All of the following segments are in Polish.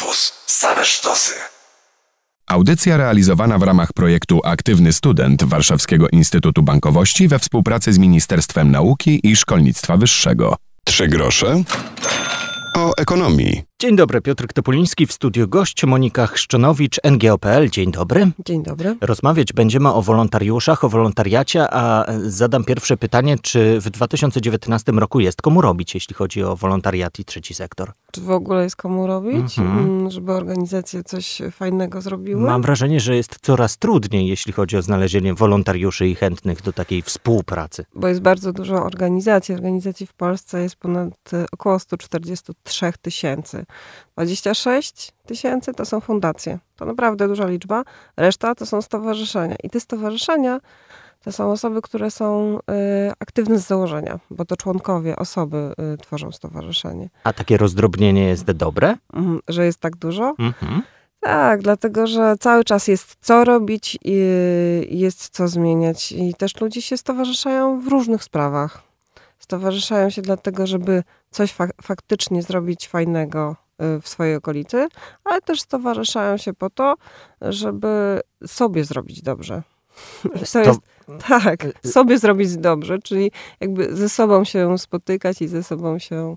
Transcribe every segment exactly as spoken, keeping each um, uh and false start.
Campus. Same sztosy. Audycja realizowana w ramach projektu Aktywny Student Warszawskiego Instytutu Bankowości we współpracy z Ministerstwem Nauki i Szkolnictwa Wyższego. Trzy grosze o ekonomii. Dzień dobry, Piotr Topuliński, w studiu gość Monika Chrzczonowicz, N G O kropka P L. Dzień dobry. Dzień dobry. Rozmawiać będziemy o wolontariuszach, o wolontariacie, a zadam pierwsze pytanie, czy w dwa tysiące dziewiętnastym roku jest komu robić, jeśli chodzi o wolontariat i trzeci sektor? Czy w ogóle jest komu robić, Mhm. żeby organizacje coś fajnego zrobiły? Mam wrażenie, że jest coraz trudniej, jeśli chodzi o znalezienie wolontariuszy i chętnych do takiej współpracy. Bo jest bardzo dużo organizacji. Organizacji w Polsce jest ponad e, około sto czterdzieści trzy tysięcy. dwadzieścia sześć tysięcy to są fundacje. To naprawdę duża liczba. Reszta to są stowarzyszenia. I te stowarzyszenia to są osoby, które są e, aktywne z założenia, bo to członkowie, osoby e, tworzą stowarzyszenie. A takie rozdrobnienie jest dobre? Mhm. Że jest tak dużo? Mhm. Tak, dlatego, że cały czas jest co robić i jest co zmieniać. I też ludzie się stowarzyszają w różnych sprawach. Stowarzyszają się dlatego, żeby coś fak- faktycznie zrobić fajnego y, w swojej okolicy, ale też stowarzyszają się po to, żeby sobie zrobić dobrze. To Sto- jest, tak, sobie zrobić dobrze, czyli jakby ze sobą się spotykać i ze sobą się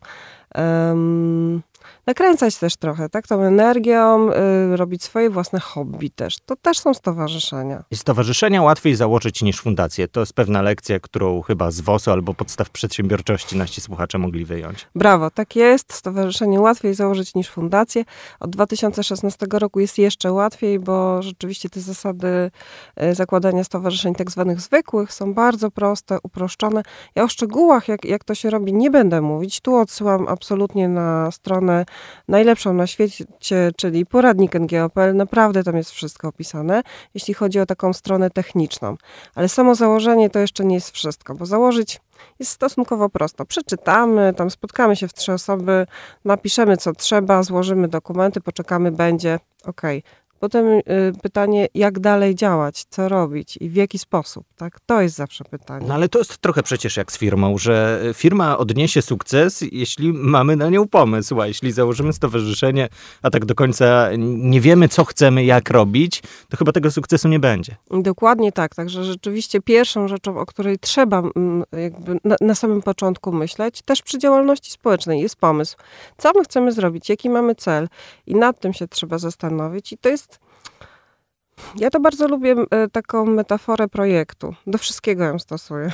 um, nakręcać też trochę, tak? Tą energią, y, robić swoje własne hobby też. To też są stowarzyszenia. I stowarzyszenia łatwiej założyć niż fundacje. To jest pewna lekcja, którą chyba z W O S-u albo podstaw przedsiębiorczości nasi słuchacze mogli wyjąć. Brawo, tak jest. Stowarzyszenie łatwiej założyć niż fundację. Od dwa tysiące szesnastego roku jest jeszcze łatwiej, bo rzeczywiście te zasady y, zakładania stowarzyszeń tak zwanych zwykłych są bardzo proste, uproszczone. Ja o szczegółach, jak, jak to się robi, nie będę mówić. Tu odsyłam absolutnie na stronę najlepszą na świecie, czyli poradnik N G O kropka P L. Naprawdę tam jest wszystko opisane, jeśli chodzi o taką stronę techniczną. Ale samo założenie to jeszcze nie jest wszystko, bo założyć jest stosunkowo prosto. Przeczytamy, tam spotkamy się w trzy osoby, napiszemy co trzeba, złożymy dokumenty, poczekamy, będzie okej. Potem y, pytanie, jak dalej działać, co robić i w jaki sposób, tak? To jest zawsze pytanie. No ale to jest trochę przecież jak z firmą, że firma odniesie sukces, jeśli mamy na nią pomysł, a jeśli założymy stowarzyszenie, a tak do końca nie wiemy, co chcemy, jak robić, to chyba tego sukcesu nie będzie. Dokładnie tak, także rzeczywiście pierwszą rzeczą, o której trzeba mm, jakby na, na samym początku myśleć, też przy działalności społecznej jest pomysł. Co my chcemy zrobić, jaki mamy cel i nad tym się trzeba zastanowić i to jest ja to bardzo lubię e, taką metaforę projektu. Do wszystkiego ją stosuję.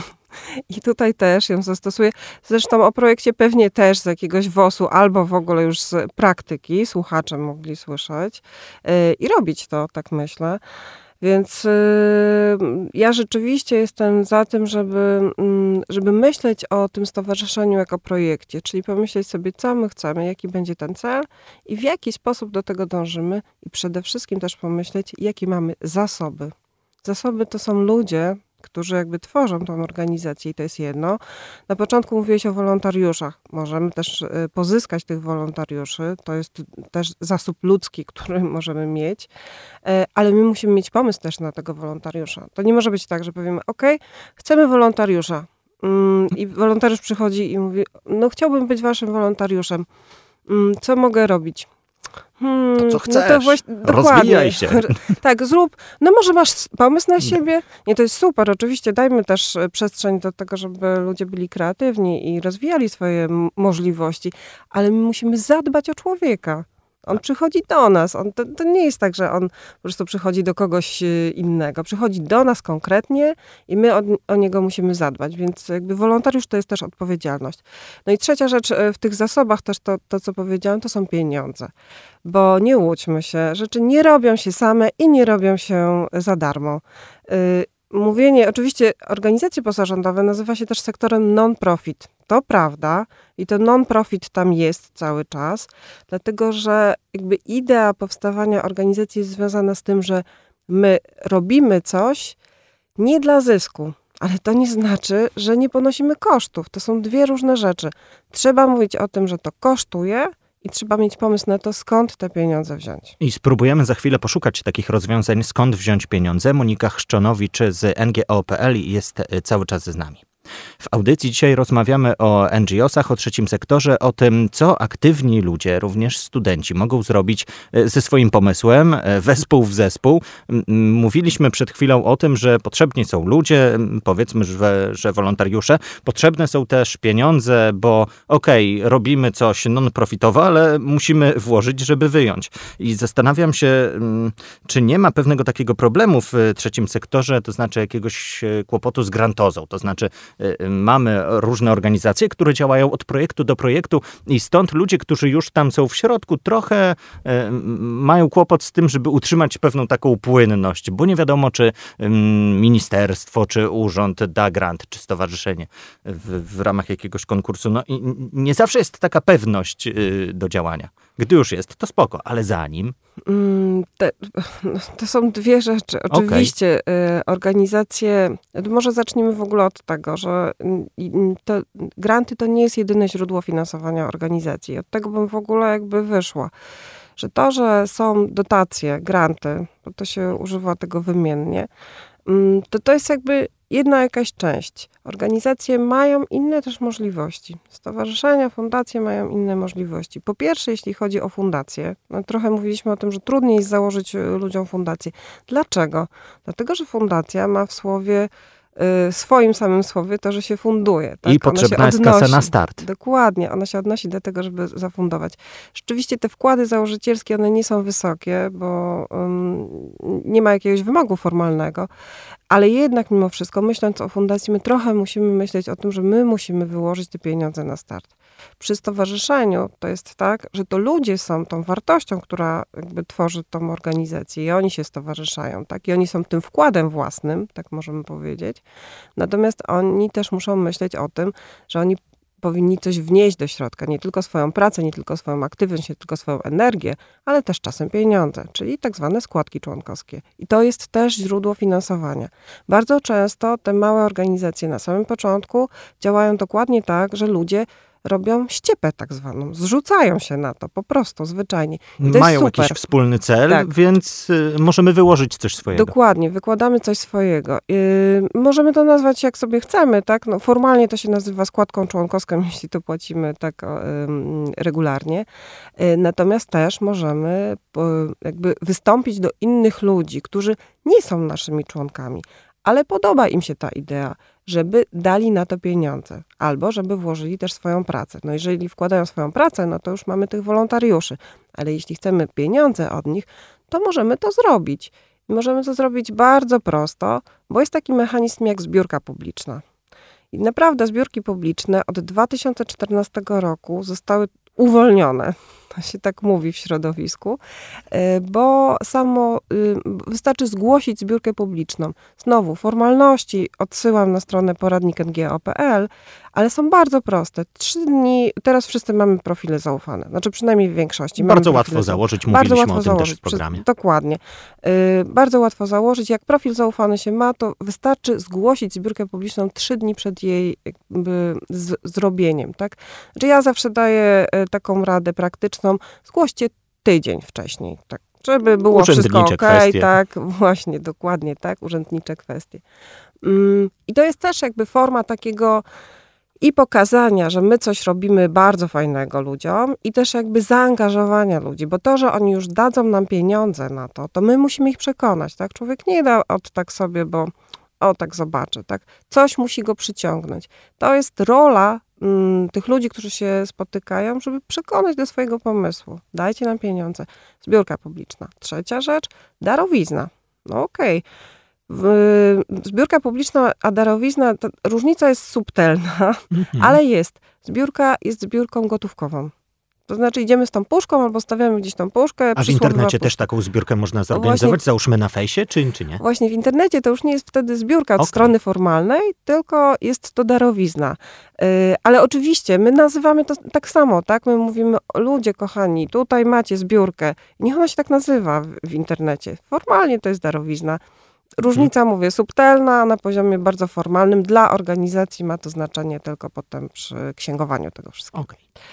I tutaj też ją zastosuję. Zresztą o projekcie pewnie też z jakiegoś W O S-u albo w ogóle już z praktyki słuchacze mogli słyszeć e, i robić to, tak myślę. Więc y, ja rzeczywiście jestem za tym, żeby, mm, żeby myśleć o tym stowarzyszeniu jako projekcie, czyli pomyśleć sobie, co my chcemy, jaki będzie ten cel i w jaki sposób do tego dążymy i przede wszystkim też pomyśleć, jakie mamy zasoby. Zasoby to są ludzie, którzy jakby tworzą tą organizację i to jest jedno. Na początku mówiłeś o wolontariuszach. Możemy też y, pozyskać tych wolontariuszy. To jest też zasób ludzki, który możemy mieć. Y, ale my musimy mieć pomysł też na tego wolontariusza. To nie może być tak, że powiemy, ok, chcemy wolontariusza. Mm, I wolontariusz przychodzi i mówi, no chciałbym być waszym wolontariuszem. Mm, co mogę robić? Hmm, To co chcesz, no to właśnie, rozwijaj się. Tak, zrób. No może masz pomysł na siebie? Nie, to jest super. Oczywiście dajmy też przestrzeń do tego, żeby ludzie byli kreatywni i rozwijali swoje m- możliwości, ale my musimy zadbać o człowieka. On przychodzi do nas. On, to, to nie jest tak, że on po prostu przychodzi do kogoś y, innego. Przychodzi do nas konkretnie i my o, o niego musimy zadbać. Więc jakby wolontariusz to jest też odpowiedzialność. No i trzecia rzecz y, w tych zasobach też to, to, co powiedziałam, to są pieniądze. Bo nie łudźmy się, rzeczy nie robią się same i nie robią się za darmo. Y, Mówienie, oczywiście organizacje pozarządowe nazywa się też sektorem non-profit. To prawda i to non-profit tam jest cały czas, dlatego że jakby idea powstawania organizacji jest związana z tym, że my robimy coś nie dla zysku, ale to nie znaczy, że nie ponosimy kosztów. To są dwie różne rzeczy. Trzeba mówić o tym, że to kosztuje i trzeba mieć pomysł na to, skąd te pieniądze wziąć. I spróbujemy za chwilę poszukać takich rozwiązań, skąd wziąć pieniądze. Monika Chrzczonowicz z N G O kropka P L jest cały czas z nami. W audycji dzisiaj rozmawiamy o en dżi osach, o trzecim sektorze, o tym, co aktywni ludzie, również studenci, mogą zrobić ze swoim pomysłem, wespół w zespół. Mówiliśmy przed chwilą o tym, że potrzebni są ludzie, powiedzmy, że, że wolontariusze. Potrzebne są też pieniądze, bo okej, okay, robimy coś non-profitowo, ale musimy włożyć, żeby wyjąć. I zastanawiam się, czy nie ma pewnego takiego problemu w trzecim sektorze, to znaczy jakiegoś kłopotu z grantozą, to znaczy mamy różne organizacje, które działają od projektu do projektu i stąd ludzie, którzy już tam są w środku, trochę e, mają kłopot z tym, żeby utrzymać pewną taką płynność, bo nie wiadomo, czy mm, ministerstwo, czy urząd da grant, czy stowarzyszenie w, w ramach jakiegoś konkursu. No i nie zawsze jest taka pewność y, do działania. Gdy już jest, to spoko, ale zanim... Te, to są dwie rzeczy. Oczywiście okay. organizacje, może zacznijmy w ogóle od tego, że to, granty to nie jest jedyne źródło finansowania organizacji. Od tego bym w ogóle jakby wyszła. Że to, że są dotacje, granty, bo to się używa tego wymiennie, to to jest jakby jedna jakaś część. Organizacje mają inne też możliwości. Stowarzyszenia, fundacje mają inne możliwości. Po pierwsze, jeśli chodzi o fundacje, no trochę mówiliśmy o tym, że trudniej jest założyć ludziom fundację. Dlaczego? Dlatego, że fundacja ma w słowie, y, swoim samym słowie to, że się funduje. Tak? I potrzebna jest kasa na start. Dokładnie, ona się odnosi do tego, żeby zafundować. Rzeczywiście te wkłady założycielskie, one nie są wysokie, bo um, nie ma jakiegoś wymogu formalnego, ale jednak mimo wszystko, myśląc o fundacji, my trochę musimy myśleć o tym, że my musimy wyłożyć te pieniądze na start. Przy stowarzyszeniu to jest tak, że to ludzie są tą wartością, która jakby tworzy tą organizację i oni się stowarzyszają, tak? I oni są tym wkładem własnym, tak możemy powiedzieć. Natomiast oni też muszą myśleć o tym, że oni powinni coś wnieść do środka, nie tylko swoją pracę, nie tylko swoją aktywność, nie tylko swoją energię, ale też czasem pieniądze, czyli tak zwane składki członkowskie. I to jest też źródło finansowania. Bardzo często te małe organizacje na samym początku działają dokładnie tak, że ludzie robią ściepę tak zwaną, zrzucają się na to po prostu, zwyczajnie. Mają jakiś wspólny cel, tak. Więc y, możemy wyłożyć coś swojego. Dokładnie, wykładamy coś swojego. Y, możemy to nazwać jak sobie chcemy, tak? No, formalnie to się nazywa składką członkowską, jeśli to płacimy tak y, regularnie. Y, natomiast też możemy y, jakby wystąpić do innych ludzi, którzy nie są naszymi członkami, ale podoba im się ta idea, żeby dali na to pieniądze, albo żeby włożyli też swoją pracę. No jeżeli wkładają swoją pracę, no to już mamy tych wolontariuszy, ale jeśli chcemy pieniądze od nich, to możemy to zrobić. I możemy to zrobić bardzo prosto, bo jest taki mechanizm jak zbiórka publiczna. I naprawdę zbiórki publiczne od dwa tysiące czternastego roku zostały uwolnione, to się tak mówi w środowisku, bo samo wystarczy zgłosić zbiórkę publiczną. Znowu, formalności odsyłam na stronę poradnik n g o kropka p l, ale są bardzo proste. Trzy dni, teraz wszyscy mamy profile zaufane, znaczy przynajmniej w większości. Bardzo łatwo założyć, mówiliśmy o tym założyć, też w programie. Dokładnie. Bardzo łatwo założyć. Jak profil zaufany się ma, to wystarczy zgłosić zbiórkę publiczną trzy dni przed jej jakby z, zrobieniem. Tak? Znaczy ja zawsze daję taką radę praktyczną, zgłoście tydzień wcześniej, tak, żeby było wszystko okej, okay, tak, właśnie, dokładnie tak, urzędnicze kwestie. Mm, I to jest też jakby forma takiego i pokazania, że my coś robimy bardzo fajnego ludziom i też jakby zaangażowania ludzi, bo to, że oni już dadzą nam pieniądze na to, to my musimy ich przekonać, tak, człowiek nie da od tak sobie, bo o, tak zobaczę, tak, coś musi go przyciągnąć. To jest rola tych ludzi, którzy się spotykają, żeby przekonać do swojego pomysłu. Dajcie nam pieniądze. Zbiórka publiczna. Trzecia rzecz, darowizna. No okej. Okay. Zbiórka publiczna, a darowizna, to różnica jest subtelna, mhm. ale jest. Zbiórka jest zbiórką gotówkową. To znaczy idziemy z tą puszką albo stawiamy gdzieś tą puszkę. A w internecie też taką zbiórkę można zorganizować? Właśnie, załóżmy na fejsie, czy, czy nie? Właśnie w internecie to już nie jest wtedy zbiórka od okay. strony formalnej, tylko jest to darowizna. Yy, ale oczywiście my nazywamy to tak samo, tak? My mówimy, ludzie kochani, tutaj macie zbiórkę. Niech ona się tak nazywa w, w internecie. Formalnie to jest darowizna. Różnica, hmm. mówię, subtelna, a na poziomie bardzo formalnym. Dla organizacji ma to znaczenie tylko potem przy księgowaniu tego wszystkiego. Okay.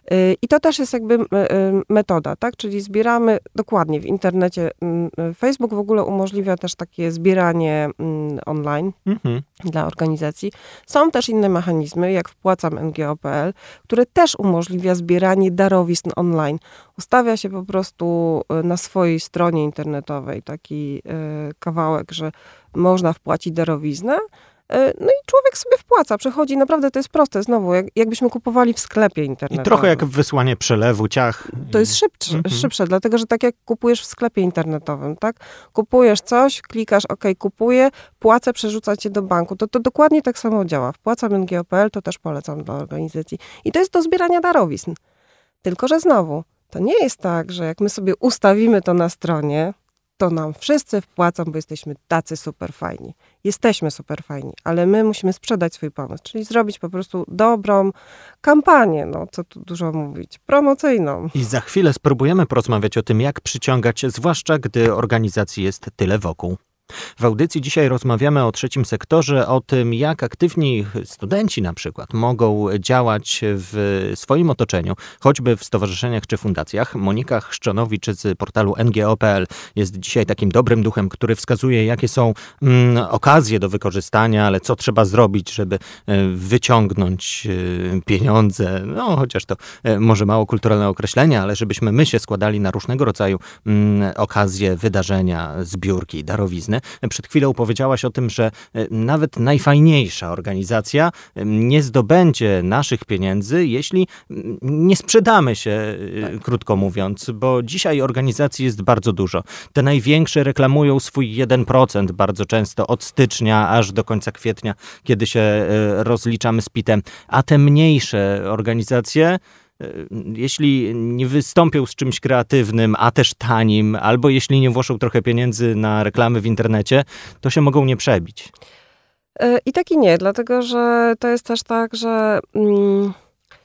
I to też jest jakby metoda, tak? Czyli zbieramy dokładnie w internecie. Facebook w ogóle umożliwia też takie zbieranie online mhm. dla organizacji. Są też inne mechanizmy, jak wpłacam N G O kropka p l, które też umożliwia zbieranie darowizn online. Ustawia się po prostu na swojej stronie internetowej taki kawałek, że można wpłacić darowiznę. No i człowiek sobie wpłaca, przychodzi, naprawdę to jest proste, znowu, jak, jakbyśmy kupowali w sklepie internetowym. I trochę jak wysłanie przelewu, ciach. To jest szybsze, mhm. szybsze, dlatego że tak jak kupujesz w sklepie internetowym, tak? Kupujesz coś, klikasz, ok, kupuję, płacę, przerzuca cię do banku. To, to dokładnie tak samo działa. Wpłacam N G O kropka p l, to też polecam dla organizacji. I to jest do zbierania darowizn. Tylko że znowu, to nie jest tak, że jak my sobie ustawimy to na stronie, to nam wszyscy wpłacą, bo jesteśmy tacy super fajni. Jesteśmy super fajni, ale my musimy sprzedać swój pomysł, czyli zrobić po prostu dobrą kampanię, no co tu dużo mówić, promocyjną. I za chwilę spróbujemy porozmawiać o tym, jak przyciągać, zwłaszcza gdy organizacji jest tyle wokół. W audycji dzisiaj rozmawiamy o trzecim sektorze, o tym, jak aktywni studenci na przykład mogą działać w swoim otoczeniu, choćby w stowarzyszeniach czy fundacjach. Monika Chrzczonowicz z portalu N G O kropka p l jest dzisiaj takim dobrym duchem, który wskazuje, jakie są mm, okazje do wykorzystania, ale co trzeba zrobić, żeby wyciągnąć pieniądze, no chociaż to może mało kulturalne określenie, ale żebyśmy my się składali na różnego rodzaju mm, okazje, wydarzenia, zbiórki, darowizny. Przed chwilą powiedziałaś o tym, że nawet najfajniejsza organizacja nie zdobędzie naszych pieniędzy, jeśli nie sprzedamy się, tak. krótko mówiąc, bo dzisiaj organizacji jest bardzo dużo. Te największe reklamują swój jeden procent bardzo często od stycznia aż do końca kwietnia, kiedy się rozliczamy z pitem, a te mniejsze organizacje, jeśli nie wystąpią z czymś kreatywnym, a też tanim, albo jeśli nie włożą trochę pieniędzy na reklamy w internecie, to się mogą nie przebić. I tak i nie, dlatego że to jest też tak, że mm,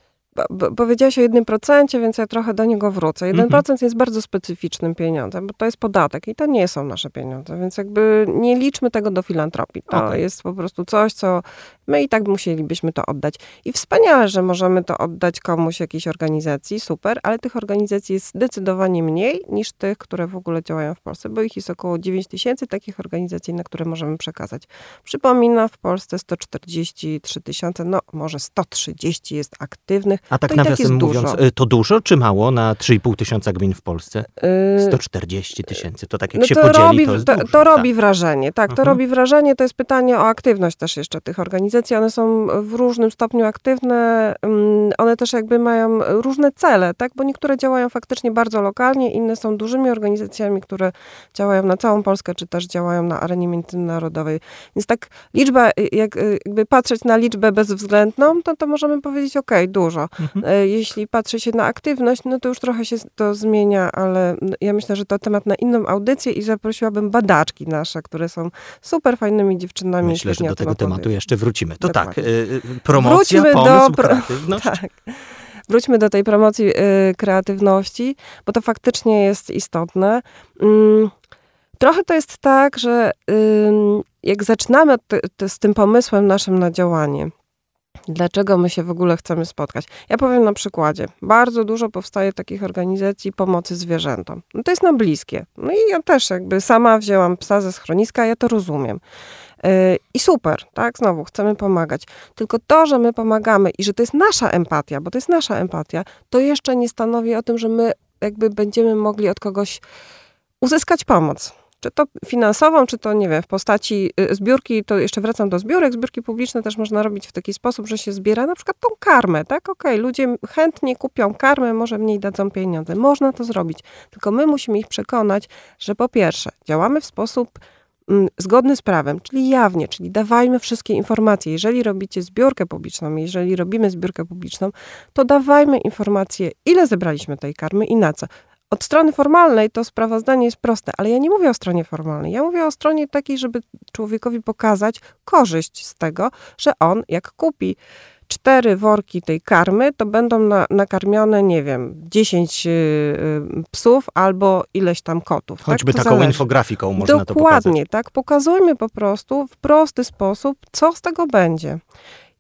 bo, powiedziałaś o jednym procencie, więc ja trochę do niego wrócę. Jeden procent jest bardzo specyficznym pieniądzem, bo to jest podatek i to nie są nasze pieniądze, więc jakby nie liczmy tego do filantropii. To okay. jest po prostu coś, co my i tak musielibyśmy to oddać. I wspaniale, że możemy to oddać komuś, jakiejś organizacji, super, ale tych organizacji jest zdecydowanie mniej niż tych, które w ogóle działają w Polsce, bo ich jest około dziewięć tysięcy takich organizacji, na które możemy przekazać. Przypominam, w Polsce sto czterdzieści trzy tysiące, no może sto trzydzieści jest aktywnych. A tak to nawiasem tak mówiąc, dużo. To dużo czy mało na trzy i pół tysiąca gmin w Polsce? sto czterdzieści tysięcy, to tak jak no się to podzieli, robi, to jest to, dużo. to robi tak. wrażenie, tak, to Mhm. robi wrażenie. To jest pytanie o aktywność też jeszcze tych organizacji. One są w różnym stopniu aktywne, one też jakby mają różne cele, tak, bo niektóre działają faktycznie bardzo lokalnie, inne są dużymi organizacjami, które działają na całą Polskę, czy też działają na arenie międzynarodowej. Więc tak liczba, jak, jakby patrzeć na liczbę bezwzględną, to, to możemy powiedzieć, okej, okay, dużo. Mhm. Jeśli patrzy się na aktywność, no to już trochę się to zmienia, ale ja myślę, że to temat na inną audycję i zaprosiłabym badaczki nasze, które są super fajnymi dziewczynami. Myślę, że do tego tematu powiedzieć. jeszcze wrócimy. To Dokładnie. tak, y, promocja, Wróćmy pomysł, do, kreatywność. Tak. Wróćmy do tej promocji y, kreatywności, bo to faktycznie jest istotne. Ym, trochę to jest tak, że y, jak zaczynamy t, t, z tym pomysłem naszym na działanie, dlaczego my się w ogóle chcemy spotkać? Ja powiem na przykładzie. Bardzo dużo powstaje takich organizacji pomocy zwierzętom. No to jest nam bliskie. No i ja też jakby sama wzięłam psa ze schroniska, ja to rozumiem. Yy, I super, tak? Znowu chcemy pomagać. Tylko to, że my pomagamy i że to jest nasza empatia, bo to jest nasza empatia, to jeszcze nie stanowi o tym, że my jakby będziemy mogli od kogoś uzyskać pomoc. Czy to finansową, czy to, nie wiem, w postaci zbiórki, to jeszcze wracam do zbiórek. Zbiórki publiczne też można robić w taki sposób, że się zbiera na przykład tą karmę, tak? Okej, okay, ludzie chętnie kupią karmę, może mniej dadzą pieniądze. Można to zrobić. Tylko my musimy ich przekonać, że po pierwsze, działamy w sposób mm, zgodny z prawem, czyli jawnie, czyli dawajmy wszystkie informacje. Jeżeli robicie zbiórkę publiczną, jeżeli robimy zbiórkę publiczną, to dawajmy informacje, ile zebraliśmy tej karmy i na co. Od strony formalnej to sprawozdanie jest proste, ale ja nie mówię o stronie formalnej. Ja mówię o stronie takiej, żeby człowiekowi pokazać korzyść z tego, że on jak kupi cztery worki tej karmy, to będą na, nakarmione, nie wiem, dziesięć y, psów albo ileś tam kotów. Choćby tak? taką zależy. Infografiką można Dokładnie, to pokazać. Dokładnie, tak. Pokazujmy po prostu w prosty sposób, co z tego będzie.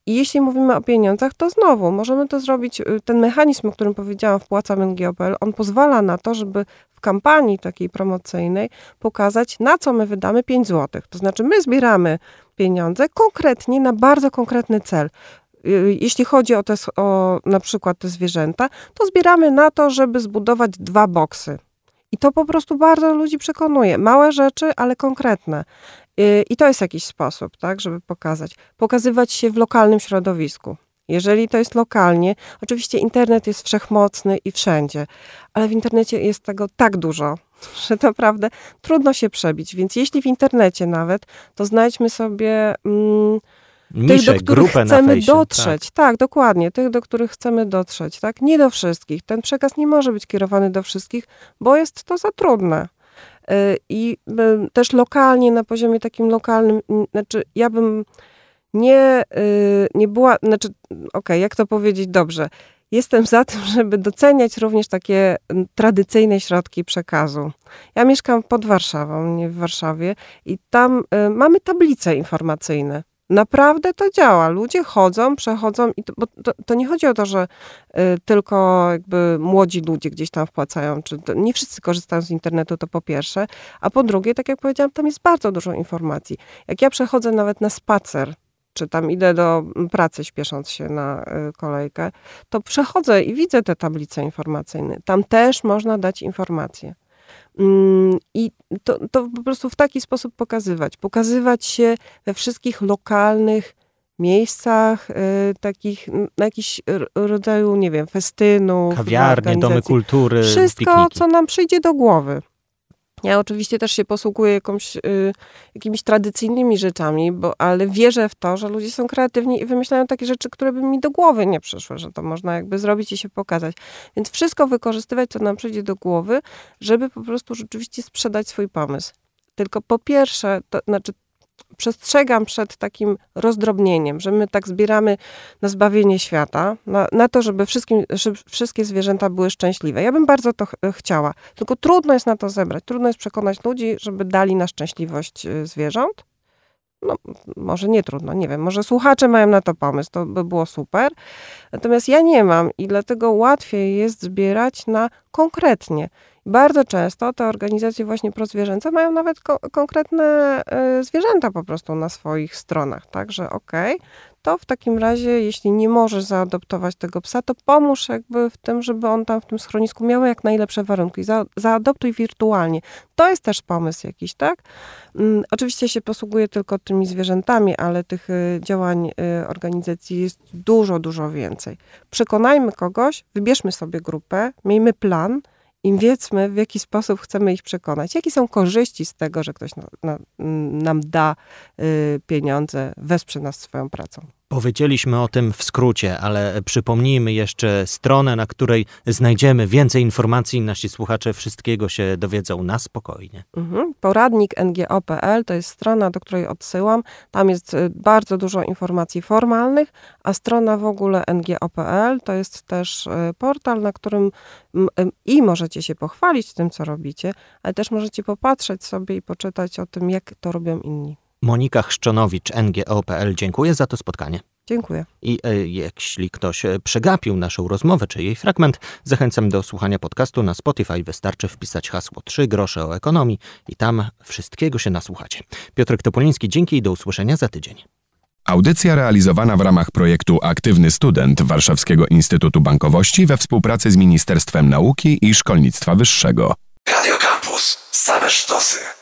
I jeśli mówimy o pieniądzach, to znowu możemy to zrobić, ten mechanizm, o którym powiedziałam, wpłacam N G O kropka P L, on pozwala na to, żeby w kampanii takiej promocyjnej pokazać, na co my wydamy pięć złotych. To znaczy my zbieramy pieniądze konkretnie na bardzo konkretny cel. Jeśli chodzi o, te, o na przykład te zwierzęta, to zbieramy na to, żeby zbudować dwa boksy. I to po prostu bardzo ludzi przekonuje. Małe rzeczy, ale konkretne. I to jest jakiś sposób, tak, żeby pokazać. Pokazywać się w lokalnym środowisku. Jeżeli to jest lokalnie, oczywiście internet jest wszechmocny i wszędzie, ale w internecie jest tego tak dużo, że naprawdę trudno się przebić. Więc jeśli w internecie nawet, to znajdźmy sobie mm, Niszę, tych, do których grupę chcemy na fejsie, dotrzeć. Tak. tak, dokładnie. Tych, do których chcemy dotrzeć. Tak? Nie do wszystkich. Ten przekaz nie może być kierowany do wszystkich, bo jest to za trudne. I też lokalnie, na poziomie takim lokalnym, znaczy ja bym nie, nie była, znaczy okej, okay, jak to powiedzieć dobrze, jestem za tym, żeby doceniać również takie tradycyjne środki przekazu. Ja mieszkam pod Warszawą, nie w Warszawie i tam mamy tablice informacyjne. Naprawdę to działa. Ludzie chodzą, przechodzą i to, bo to, to nie chodzi o to, że y, tylko jakby młodzi ludzie gdzieś tam wpłacają, czy to, nie wszyscy korzystają z internetu, to po pierwsze, a po drugie, tak jak powiedziałam, tam jest bardzo dużo informacji. Jak ja przechodzę nawet na spacer, czy tam idę do pracy śpiesząc się na y, kolejkę, to przechodzę i widzę te tablice informacyjne. Tam też można dać informacje. I to, to po prostu w taki sposób pokazywać. Pokazywać się we wszystkich lokalnych miejscach, y, takich, na jakiś rodzaju, nie wiem, festynów, kawiarnie, domy kultury, wszystko, pikniki. Co nam przyjdzie do głowy. Ja oczywiście też się posługuję jakąś, y, jakimiś tradycyjnymi rzeczami, bo, ale wierzę w to, że ludzie są kreatywni i wymyślają takie rzeczy, które by mi do głowy nie przyszły, że to można jakby zrobić i się pokazać. Więc wszystko wykorzystywać, co nam przyjdzie do głowy, żeby po prostu rzeczywiście sprzedać swój pomysł. Tylko po pierwsze, to znaczy przestrzegam przed takim rozdrobnieniem, że my tak zbieramy na zbawienie świata, na, na to, żeby, wszystkim, żeby wszystkie zwierzęta były szczęśliwe. Ja bym bardzo to ch- chciała, tylko trudno jest na to zebrać, trudno jest przekonać ludzi, żeby dali na szczęśliwość zwierząt. No, może nie trudno, nie wiem, może słuchacze mają na to pomysł, to by było super. Natomiast ja nie mam i dlatego łatwiej jest zbierać na konkretnie. Bardzo często te organizacje właśnie prozwierzęce mają nawet ko- konkretne y, zwierzęta po prostu na swoich stronach, także okej, okay, to w takim razie, jeśli nie możesz zaadoptować tego psa, to pomóż jakby w tym, żeby on tam w tym schronisku miał jak najlepsze warunki. Za- zaadoptuj wirtualnie. To jest też pomysł jakiś, tak? Mm, oczywiście się posługuję tylko tymi zwierzętami, ale tych y, działań y, organizacji jest dużo, dużo więcej. Przekonajmy kogoś, wybierzmy sobie grupę, miejmy plan, i wiedzmy, w jaki sposób chcemy ich przekonać. Jakie są korzyści z tego, że ktoś na, na, nam da y, pieniądze, wesprze nas swoją pracą. Powiedzieliśmy o tym w skrócie, ale przypomnijmy jeszcze stronę, na której znajdziemy więcej informacji. Nasi słuchacze wszystkiego się dowiedzą na spokojnie. Mhm. Poradnik N G O kropka P L to jest strona, do której odsyłam. Tam jest bardzo dużo informacji formalnych, a strona w ogóle N G O kropka P L to jest też portal, na którym i możecie się pochwalić tym, co robicie, ale też możecie popatrzeć sobie i poczytać o tym, jak to robią inni. Monika Chrzczonowicz, N G O kropka P L, dziękuję za to spotkanie. Dziękuję. I e, jeśli ktoś przegapił naszą rozmowę czy jej fragment, zachęcam do słuchania podcastu na Spotify. Wystarczy wpisać hasło trzy grosze o ekonomii i tam wszystkiego się nasłuchacie. Piotr Topoliński, dzięki i do usłyszenia za tydzień. Audycja realizowana w ramach projektu Aktywny Student Warszawskiego Instytutu Bankowości we współpracy z Ministerstwem Nauki i Szkolnictwa Wyższego. Radio Campus. Same sztosy.